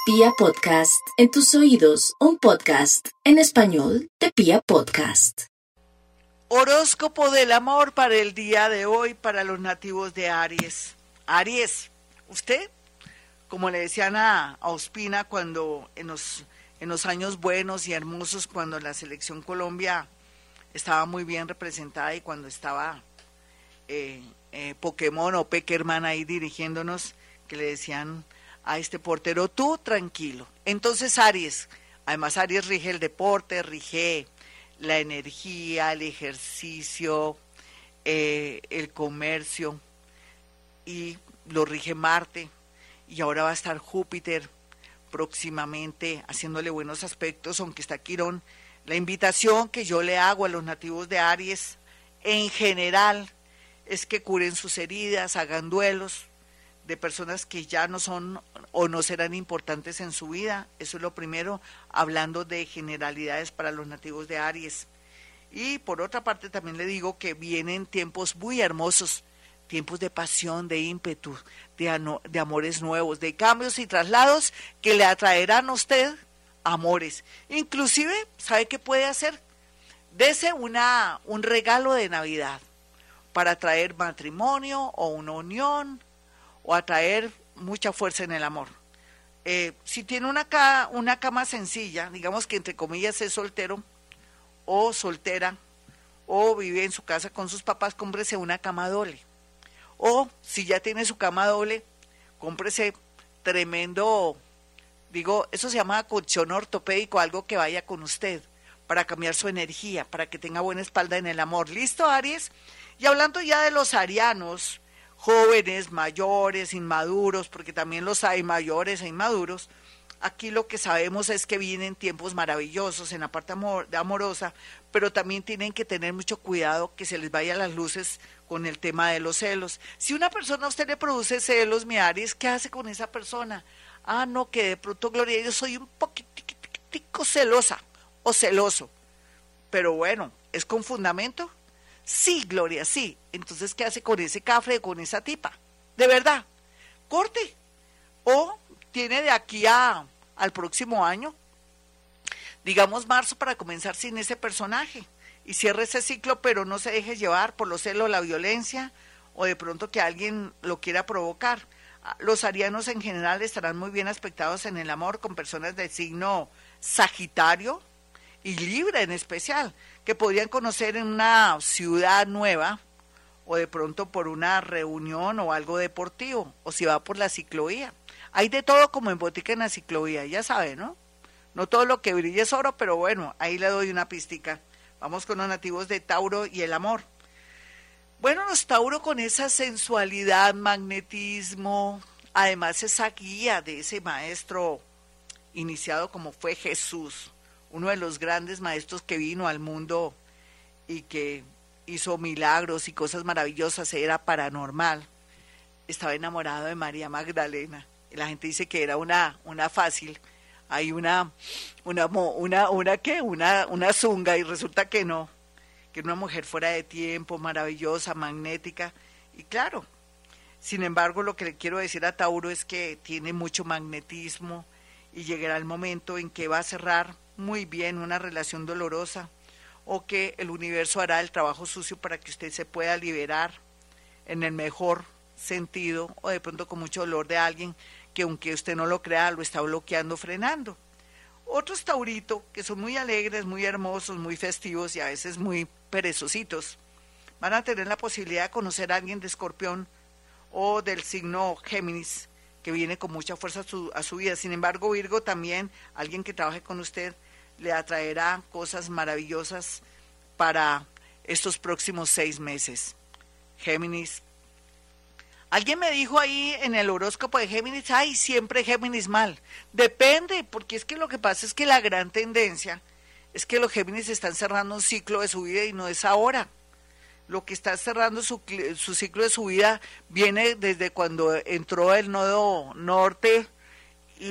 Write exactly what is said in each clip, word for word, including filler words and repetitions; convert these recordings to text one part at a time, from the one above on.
Pia Podcast, en tus oídos, un podcast en español de Pia Podcast. Horóscopo del amor para el día de hoy para los nativos de Aries. Aries, usted, como le decían a, a Ospina cuando en los, en los años buenos y hermosos, cuando la selección Colombia estaba muy bien representada y cuando estaba eh, eh, Pokémon o Peckerman ahí dirigiéndonos, que le decían a este portero, tú tranquilo. Entonces Aries, además Aries rige el deporte, rige la energía, el ejercicio, eh, el comercio, y lo rige Marte, y ahora va a estar Júpiter próximamente haciéndole buenos aspectos, aunque está Quirón. La invitación que yo le hago a los nativos de Aries en general es que curen sus heridas, hagan duelos de personas que ya no son o no serán importantes en su vida. Eso es lo primero, hablando de generalidades para los nativos de Aries. Y por otra parte también le digo que vienen tiempos muy hermosos, tiempos de pasión, de ímpetu, de, ano, de amores nuevos, de cambios y traslados que le atraerán a usted amores. Inclusive, ¿sabe qué puede hacer? Dese una, un regalo de Navidad para traer matrimonio o una unión, o atraer mucha fuerza en el amor. Eh, si tiene una, ca una cama sencilla, digamos que entre comillas es soltero o soltera, o vive en su casa con sus papás, cómprese una cama doble. O si ya tiene su cama doble, cómprese tremendo, digo, eso se llama colchón ortopédico, algo que vaya con usted, para cambiar su energía, para que tenga buena espalda en el amor. ¿Listo, Aries? Y hablando ya de los arianos, jóvenes, mayores, inmaduros, porque también los hay mayores e inmaduros, aquí lo que sabemos es que vienen tiempos maravillosos en la parte amor, de amorosa, pero también tienen que tener mucho cuidado que se les vayan las luces con el tema de los celos. Si una persona a usted le produce celos, mi Aries, ¿qué hace con esa persona? Ah, no, que de pronto, Gloria, yo soy un poquitico celosa o celoso, pero bueno, ¿es con fundamento? Sí, Gloria, sí. Entonces, ¿qué hace con ese cafre, con esa tipa? De verdad, corte. O tiene de aquí a, al próximo año, digamos marzo, para comenzar sin ese personaje. Y cierre ese ciclo, pero no se deje llevar por los celos, la violencia, o de pronto que alguien lo quiera provocar. Los arianos en general estarán muy bien aspectados en el amor con personas de signo Sagitario y Libra en especial, que podrían conocer en una ciudad nueva, o de pronto por una reunión o algo deportivo, o si va por la ciclovía. Hay de todo como en botica en la ciclovía, ya sabe, ¿no? No todo lo que brilla es oro, pero bueno, ahí le doy una pistica. Vamos con los nativos de Tauro y el amor. Bueno, los Tauro con esa sensualidad, magnetismo, además esa guía de ese maestro iniciado como fue Jesús, uno de los grandes maestros que vino al mundo y que hizo milagros y cosas maravillosas, era paranormal. Estaba enamorado de María Magdalena. Y la gente dice que era una, una fácil, hay una, una, una, una, ¿qué? Una, una zunga, y resulta que no, que era una mujer fuera de tiempo, maravillosa, magnética, y claro, sin embargo, lo que le quiero decir a Tauro es que tiene mucho magnetismo, y llegará el momento en que va a cerrar muy bien una relación dolorosa, o que el universo hará el trabajo sucio para que usted se pueda liberar en el mejor sentido, o de pronto con mucho dolor de alguien que, aunque usted no lo crea, lo está bloqueando, frenando. Otros Taurito, que son muy alegres, muy hermosos, muy festivos y a veces muy perezositos, van a tener la posibilidad de conocer a alguien de Escorpión o del signo Géminis, que viene con mucha fuerza a su, a su vida. Sin embargo, Virgo también, alguien que trabaje con usted, le atraerá cosas maravillosas para estos próximos seis meses. Géminis. Alguien me dijo ahí en el horóscopo de Géminis, ay, siempre Géminis mal. Depende, porque es que lo que pasa es que la gran tendencia es que los Géminis están cerrando un ciclo de su vida y no es ahora. Lo que está cerrando su, su ciclo de su vida viene desde cuando entró el nodo norte y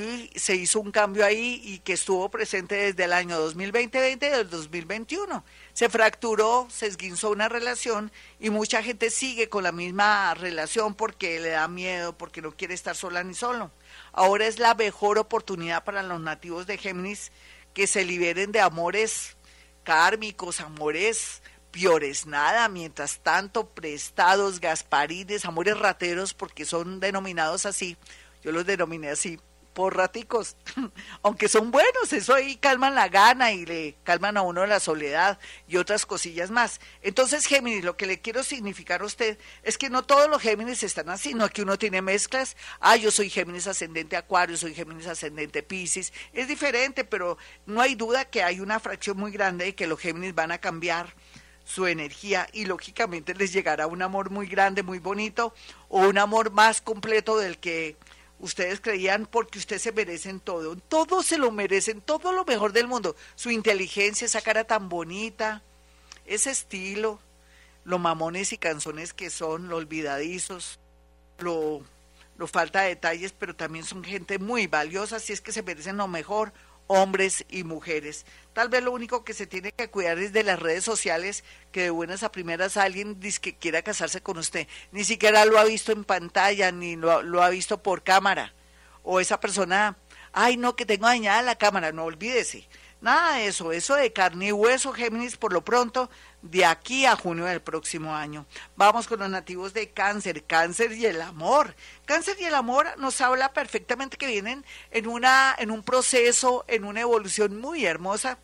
se hizo un cambio ahí y que estuvo presente desde el año dos mil veinte y del dos mil veintiuno. Se fracturó, se esguinzó una relación y mucha gente sigue con la misma relación porque le da miedo, porque no quiere estar sola ni solo. Ahora es la mejor oportunidad para los nativos de Géminis que se liberen de amores kármicos, amores piores nada, mientras tanto prestados, gasparines, amores rateros, porque son denominados así, yo los denominé así, por raticos, aunque son buenos, eso ahí calman la gana y le calman a uno la soledad y otras cosillas más. Entonces, Géminis, lo que le quiero significar a usted es que no todos los Géminis están así, no que uno tiene mezclas, ah, yo soy Géminis ascendente Acuario, soy Géminis ascendente Piscis, es diferente, pero no hay duda que hay una fracción muy grande de que los Géminis van a cambiar su energía y lógicamente les llegará un amor muy grande, muy bonito, o un amor más completo del que ustedes creían, porque ustedes se merecen todo, todo se lo merecen, todo lo mejor del mundo, su inteligencia, esa cara tan bonita, ese estilo, lo mamones y canzones que son, lo olvidadizos, lo, lo falta de detalles, pero también son gente muy valiosa, si es que se merecen lo mejor, hombres y mujeres. Tal vez lo único que se tiene que cuidar es de las redes sociales, que de buenas a primeras alguien dice que quiera casarse con usted, ni siquiera lo ha visto en pantalla, ni lo, lo ha visto por cámara, o esa persona, ay no, que tengo dañada la cámara, no olvídese, nada de eso, eso de carne y hueso, Géminis, por lo pronto, de aquí a junio del próximo año. Vamos con los nativos de Cáncer, Cáncer y el amor. Cáncer y el amor nos habla perfectamente que vienen en, una, en un proceso, en una evolución muy hermosa.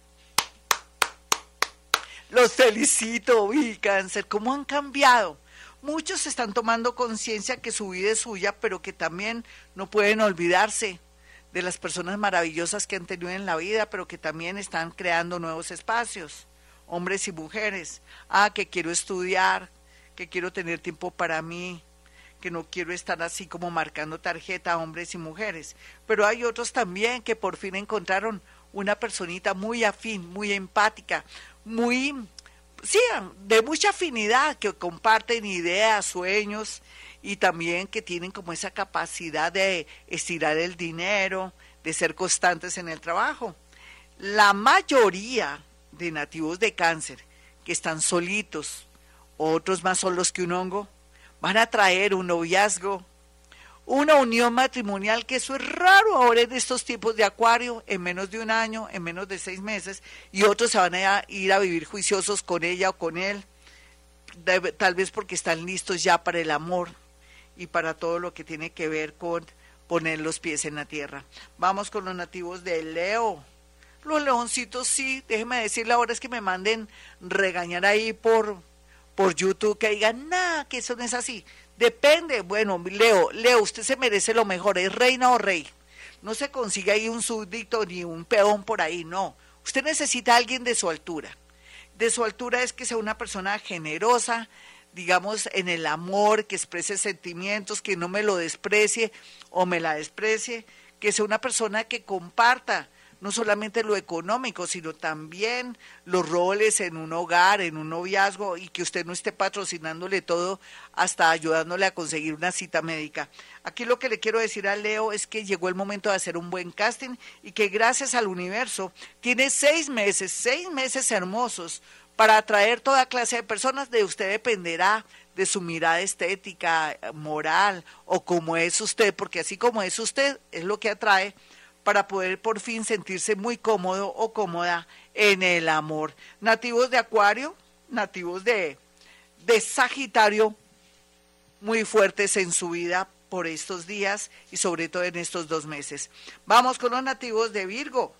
Los felicito, uy, Cáncer, ¿cómo han cambiado? Muchos están tomando conciencia que su vida es suya, pero que también no pueden olvidarse de las personas maravillosas que han tenido en la vida, pero que también están creando nuevos espacios. Hombres y mujeres, ah, que quiero estudiar, que quiero tener tiempo para mí, que no quiero estar así como marcando tarjeta, hombres y mujeres, pero hay otros también que por fin encontraron una personita muy afín, muy empática, muy, sí, de mucha afinidad, que comparten ideas, sueños, y también que tienen como esa capacidad de estirar el dinero, de ser constantes en el trabajo. La mayoría de nativos de Cáncer que están solitos, otros más solos que un hongo, van a traer un noviazgo, una unión matrimonial, que eso es raro ahora en estos tiempos de Acuario, en menos de un año, en menos de seis meses, y otros se van a ir a vivir juiciosos con ella o con él, de, tal vez porque están listos ya para el amor y para todo lo que tiene que ver con poner los pies en la tierra. Vamos con los nativos de Leo. Los leoncitos sí, déjeme decirle ahora es que me manden regañar ahí por, por YouTube, que digan, nada, que eso no es así. Depende, bueno, Leo, Leo, usted se merece lo mejor, ¿es reina o rey? No se consigue ahí un súbdito ni un peón por ahí, no. Usted necesita a alguien de su altura. De su altura es que sea una persona generosa, digamos, en el amor, que exprese sentimientos, que no me lo desprecie o me la desprecie, que sea una persona que comparta no solamente lo económico, sino también los roles en un hogar, en un noviazgo, y que usted no esté patrocinándole todo hasta ayudándole a conseguir una cita médica. Aquí lo que le quiero decir a Leo es que llegó el momento de hacer un buen casting y que gracias al universo tiene seis meses, seis meses hermosos para atraer toda clase de personas. De usted dependerá de su mirada estética, moral, o cómo es usted, porque así como es usted, es lo que atrae, para poder por fin sentirse muy cómodo o cómoda en el amor. Nativos de Acuario, nativos de, de Sagitario, muy fuertes en su vida por estos días y sobre todo en estos dos meses. Vamos con los nativos de Virgo.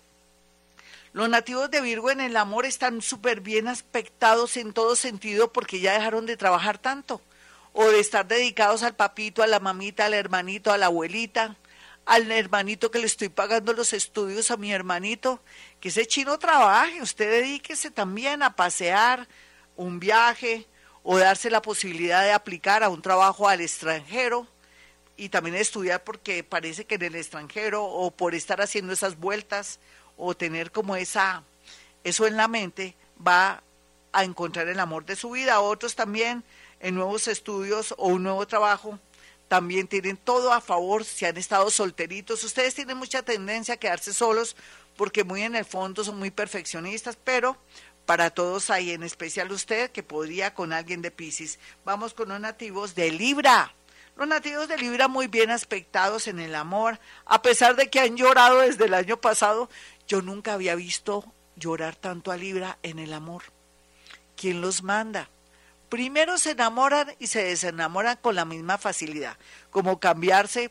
Los nativos de Virgo en el amor están súper bien aspectados en todo sentido, porque ya dejaron de trabajar tanto, o de estar dedicados al papito, a la mamita, al hermanito, a la abuelita, al hermanito que le estoy pagando los estudios a mi hermanito, que ese chino trabaje, usted dedíquese también a pasear, un viaje, o darse la posibilidad de aplicar a un trabajo al extranjero, y también estudiar, porque parece que en el extranjero, o por estar haciendo esas vueltas, o tener como esa, eso en la mente, va a encontrar el amor de su vida. Otros también en nuevos estudios o un nuevo trabajo, también tienen todo a favor si han estado solteritos. Ustedes tienen mucha tendencia a quedarse solos porque muy en el fondo son muy perfeccionistas, pero para todos hay, en especial usted que podría con alguien de Piscis. Vamos con los nativos de Libra. Los nativos de Libra muy bien aspectados en el amor, a pesar de que han llorado desde el año pasado. Yo nunca había visto llorar tanto a Libra en el amor. ¿Quién los manda? Primero se enamoran y se desenamoran con la misma facilidad, como cambiarse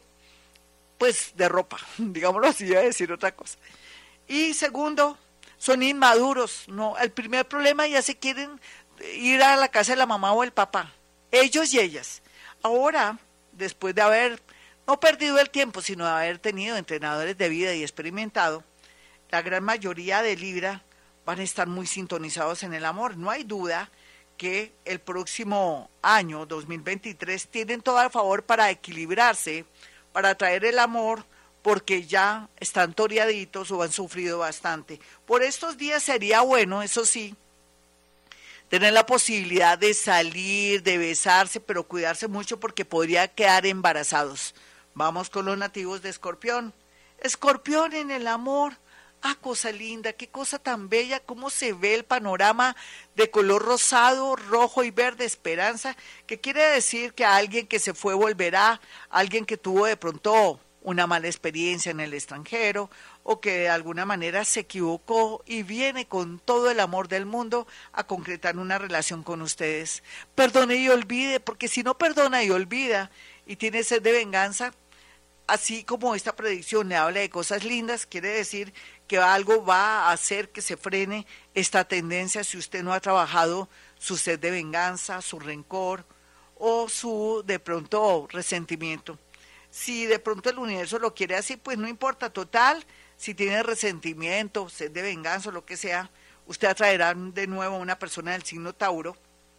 pues de ropa, digámoslo así, voy a decir otra cosa. Y segundo, son inmaduros, no, el primer problema ya se quieren ir a la casa de la mamá o el papá, ellos y ellas. Ahora, después de haber no perdido el tiempo, sino de haber tenido entrenadores de vida y experimentado, la gran mayoría de Libra van a estar muy sintonizados en el amor. No hay duda que el próximo año, dos mil veintitrés, tienen todo a favor para equilibrarse, para traer el amor, porque ya están toreaditos o han sufrido bastante. Por estos días sería bueno, eso sí, tener la posibilidad de salir, de besarse, pero cuidarse mucho porque podría quedar embarazados. Vamos con los nativos de Escorpión. Escorpión en el amor. Ah, cosa linda, qué cosa tan bella, cómo se ve el panorama de color rosado, rojo y verde, esperanza, que quiere decir que alguien que se fue volverá, alguien que tuvo de pronto una mala experiencia en el extranjero o que de alguna manera se equivocó y viene con todo el amor del mundo a concretar una relación con ustedes. Perdone y olvide, porque si no perdona y olvida y tiene sed de venganza, así como esta predicción le habla de cosas lindas, quiere decir que algo va a hacer que se frene esta tendencia si usted no ha trabajado su sed de venganza, su rencor o su de pronto resentimiento. Si de pronto el universo lo quiere así, pues no importa, total, si tiene resentimiento, sed de venganza o lo que sea, usted atraerá de nuevo a una persona del signo Tauro,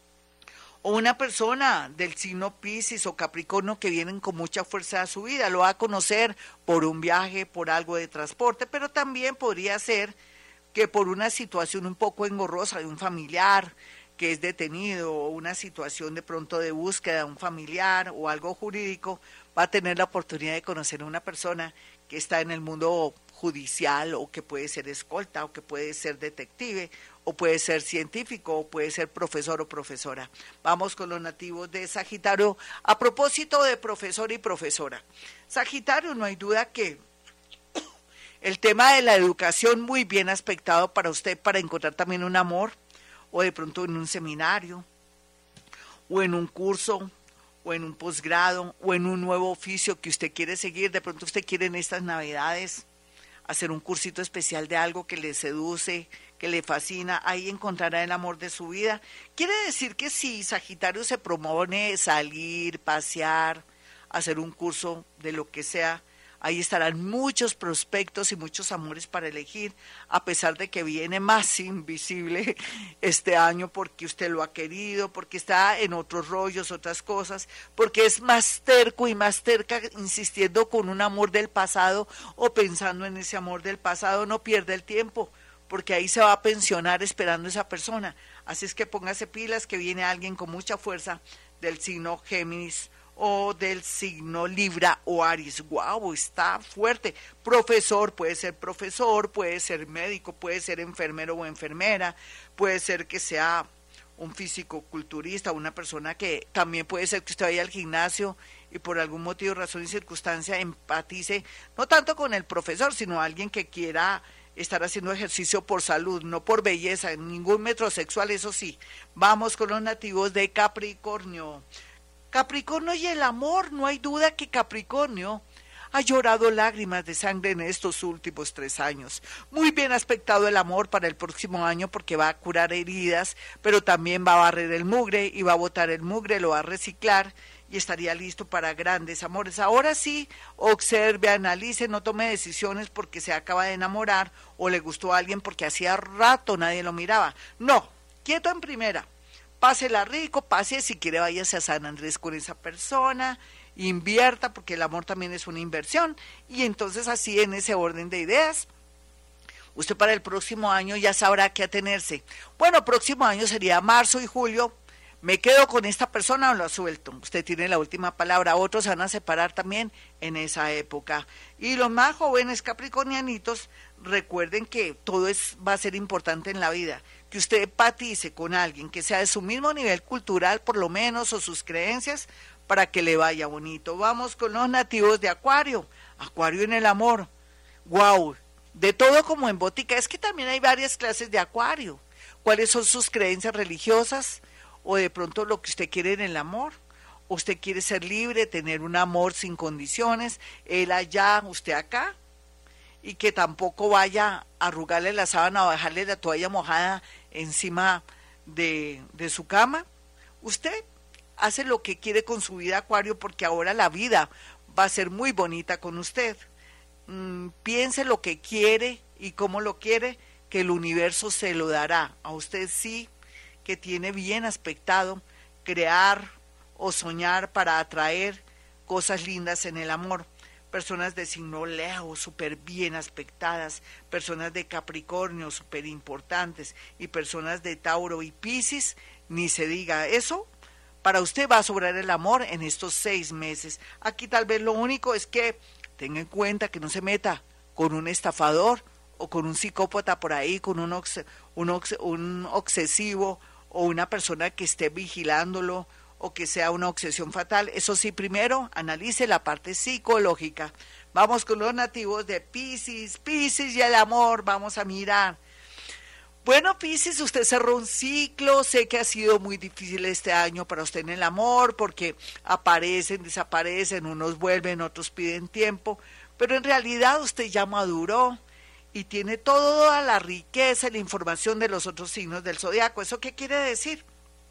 o una persona del signo Piscis o Capricornio que vienen con mucha fuerza a su vida, lo va a conocer por un viaje, por algo de transporte, pero también podría ser que por una situación un poco engorrosa de un familiar que es detenido, o una situación de pronto de búsqueda de un familiar o algo jurídico, va a tener la oportunidad de conocer a una persona que está en el mundo judicial o que puede ser escolta o que puede ser detective o puede ser científico o puede ser profesor o profesora. Vamos con los nativos de Sagitario. A propósito de profesor y profesora, Sagitario, no hay duda que el tema de la educación muy bien aspectado para usted, para encontrar también un amor o de pronto en un seminario o en un curso o en un posgrado o en un nuevo oficio que usted quiere seguir. De pronto usted quiere en estas navidades hacer un cursito especial de algo que le seduce, que le fascina, ahí encontrará el amor de su vida. Quiere decir que si Sagitario se propone salir, pasear, hacer un curso de lo que sea, ahí estarán muchos prospectos y muchos amores para elegir, a pesar de que viene más invisible este año porque usted lo ha querido, porque está en otros rollos, otras cosas, porque es más terco y más terca insistiendo con un amor del pasado o pensando en ese amor del pasado. No pierda el tiempo, porque ahí se va a pensionar esperando esa persona. Así es que póngase pilas, que viene alguien con mucha fuerza del signo Géminis o del signo Libra o Aries. ¡Guau! Está fuerte. Profesor, puede ser profesor, puede ser médico, puede ser enfermero o enfermera, puede ser que sea un físico-culturista, una persona que también puede ser que usted vaya al gimnasio y por algún motivo, razón y circunstancia empatice, no tanto con el profesor, sino alguien que quiera estar haciendo ejercicio por salud, no por belleza, ningún metrosexual, eso sí. Vamos con los nativos de Capricornio. Capricornio y el amor, no hay duda que Capricornio ha llorado lágrimas de sangre en estos últimos tres años. Muy bien aspectado el amor para el próximo año porque va a curar heridas, pero también va a barrer el mugre y va a botar el mugre, lo va a reciclar y estaría listo para grandes amores. Ahora sí, observe, analice, no tome decisiones porque se acaba de enamorar o le gustó a alguien porque hacía rato nadie lo miraba. No, quieto en primera. Pásela rico, pase, si quiere váyase a San Andrés con esa persona, invierta, porque el amor también es una inversión, y entonces así en ese orden de ideas, usted para el próximo año ya sabrá qué atenerse. Bueno, próximo año sería marzo y julio, ¿Me quedo con esta persona o la suelto? Usted tiene la última palabra. Otros se van a separar también en esa época. Y los más jóvenes capricornianitos, recuerden que todo es, va a ser importante en la vida. Que usted empatice con alguien que sea de su mismo nivel cultural, por lo menos, o sus creencias, para que le vaya bonito. Vamos con los nativos de Acuario. Acuario en el amor. ¡Guau! De todo como en botica. Es que también hay varias clases de Acuario. ¿Cuáles son sus creencias religiosas? O de pronto lo que usted quiere en el amor. Usted quiere ser libre, tener un amor sin condiciones, él allá, usted acá, y que tampoco vaya a arrugarle la sábana o dejarle la toalla mojada encima de, de su cama. Usted hace lo que quiere con su vida, Acuario, porque ahora la vida va a ser muy bonita con usted. Mm, piense lo que quiere y cómo lo quiere, que el universo se lo dará. A usted sí que tiene bien aspectado crear o soñar para atraer cosas lindas en el amor. Personas de signo Leo, súper bien aspectadas, personas de Capricornio, súper importantes, y personas de Tauro y Piscis, ni se diga eso. Para usted va a sobrar el amor en estos seis meses. Aquí tal vez lo único es que tenga en cuenta que no se meta con un estafador o con un psicópata por ahí, con un, obs un, obs un obsesivo o una persona que esté vigilándolo o que sea una obsesión fatal. Eso sí, primero analice la parte psicológica. Vamos con los nativos de Piscis, Piscis y el amor, vamos a mirar. Bueno, Piscis, usted cerró un ciclo, sé que ha sido muy difícil este año para usted en el amor, porque aparecen, desaparecen, unos vuelven, otros piden tiempo, pero en realidad usted ya maduró y tiene toda la riqueza y la información de los otros signos del zodiaco. ¿Eso qué quiere decir?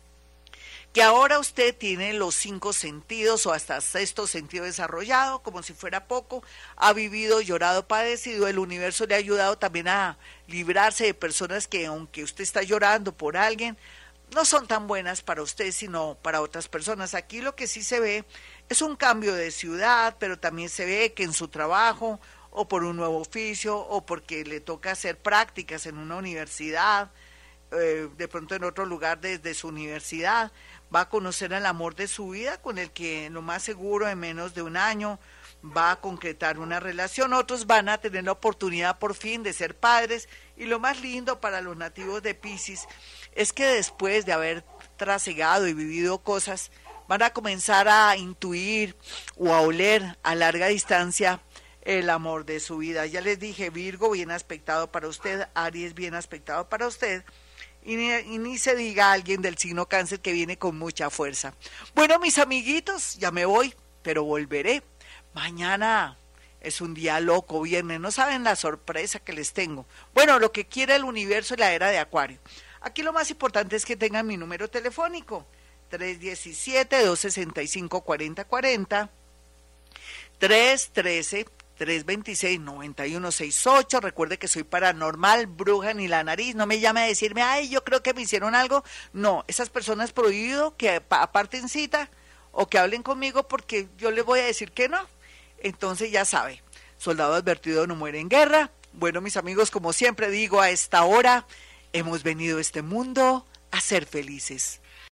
Que ahora usted tiene los cinco sentidos o hasta sexto sentido desarrollado, como si fuera poco, ha vivido, llorado, padecido, el universo le ha ayudado también a librarse de personas que, aunque usted está llorando por alguien, no son tan buenas para usted, sino para otras personas. Aquí lo que sí se ve es un cambio de ciudad, pero también se ve que en su trabajo, o por un nuevo oficio, o porque le toca hacer prácticas en una universidad, eh, de pronto en otro lugar desde su universidad, va a conocer al amor de su vida, con el que lo más seguro en menos de un año va a concretar una relación. Otros van a tener la oportunidad por fin de ser padres, y lo más lindo para los nativos de Piscis es que después de haber trasegado y vivido cosas, van a comenzar a intuir o a oler a larga distancia el amor de su vida. Ya les dije, Virgo bien aspectado para usted, Aries bien aspectado para usted, Y ni, y ni se diga alguien del signo Cáncer que viene con mucha fuerza. Bueno, mis amiguitos, ya me voy, pero volveré. Mañana es un día loco, viernes, no saben la sorpresa que les tengo. Bueno, lo que quiere el universo y la era de Acuario. Aquí lo más importante es que tengan mi número telefónico, tres uno siete, dos seis cinco, cuatro cero cuatro cero, tres uno tres, tres dos seis, nueve uno seis ocho. Recuerde que soy paranormal, bruja ni la nariz. No me llame a decirme, ay, yo creo que me hicieron algo. No, esas personas prohibido que aparten cita o que hablen conmigo, porque yo les voy a decir que no. Entonces ya sabe, soldado advertido no muere en guerra. Bueno, mis amigos, como siempre digo a esta hora, hemos venido a este mundo a ser felices.